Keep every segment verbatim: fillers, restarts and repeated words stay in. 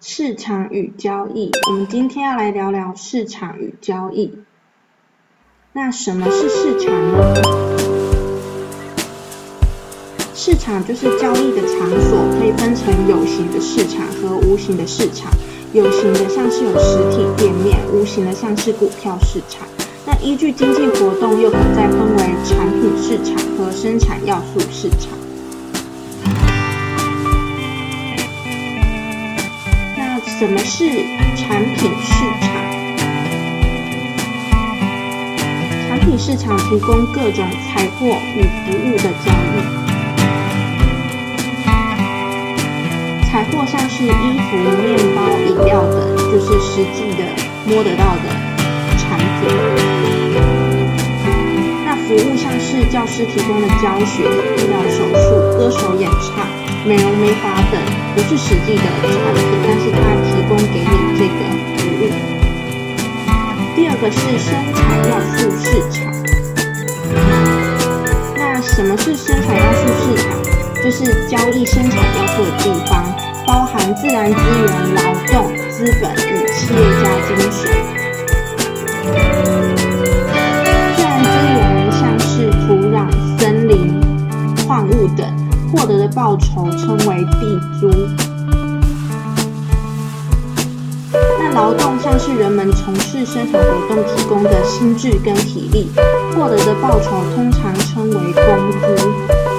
市场与交易，我们今天要来聊聊市场与交易。那什么是市场呢？市场就是交易的场所，可以分成有形的市场和无形的市场。有形的像是有实体店面，无形的像是股票市场。那依据经济活动，又可再分为产品市场和生产要素市场。那什么是产品市场？产品市场提供各种财货与服务的交易。财货像是衣服、面包、饮料等，就是实际的摸得到的产品。那服务像是教师提供的教学、医疗手术、歌手演唱、美容美发等，不是实际的产品，但是它提供给你这个服务。第二个是生产要素市场。那什么是生产要素市场？就是交易生产要素的地方，包含自然资源、劳动、资本与企业家精神。自然资源像是土壤、森林、矿物等，获得的报酬称为地租。那劳动像是人们从事生产活动提供的心智跟体力，获得的报酬通常称为工资。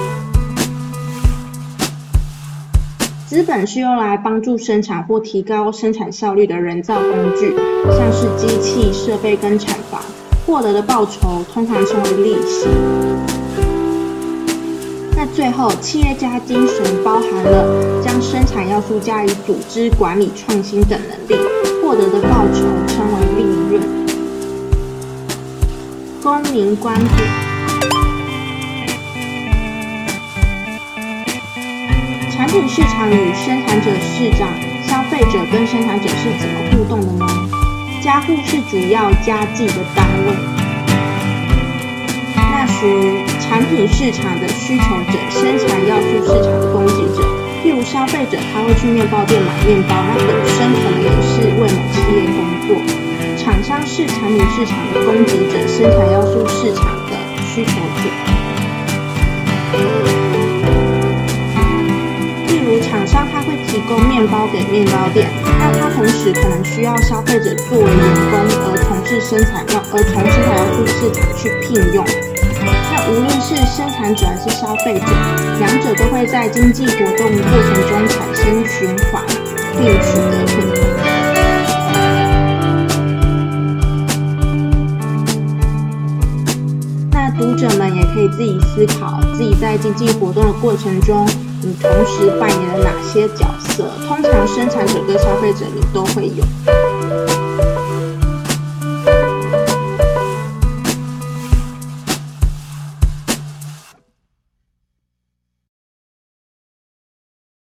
资本是用来帮助生产或提高生产效率的人造工具，像是机器、设备跟厂房，获得的报酬通常称为利息。那最后，企业家精神包含了将生产要素加以组织、管理、创新等能力，获得的报酬称为利润。公民观点。产品市场与生产者市场、消费者跟生产者是怎么互动的呢？家户是主要家计的单位，那属于产品市场的需求者，生产要素市场的供给者。譬如消费者他会去面包店买面包，那本身可能也是为某企业工作。厂商是产品市场的供给者，生产要素市场的需求者。厂商他会提供面包给面包店，那他同时可能需要消费者作为员工而从事生产要而从生产要素市场去聘用。那无论是生产者还是消费者，两者都会在经济活动过程中产生循环，并取得平衡。那读者们也可以自己思考，自己在经济活动的过程中，你同时扮演了哪些角色？通常生产者跟消费者你都会有。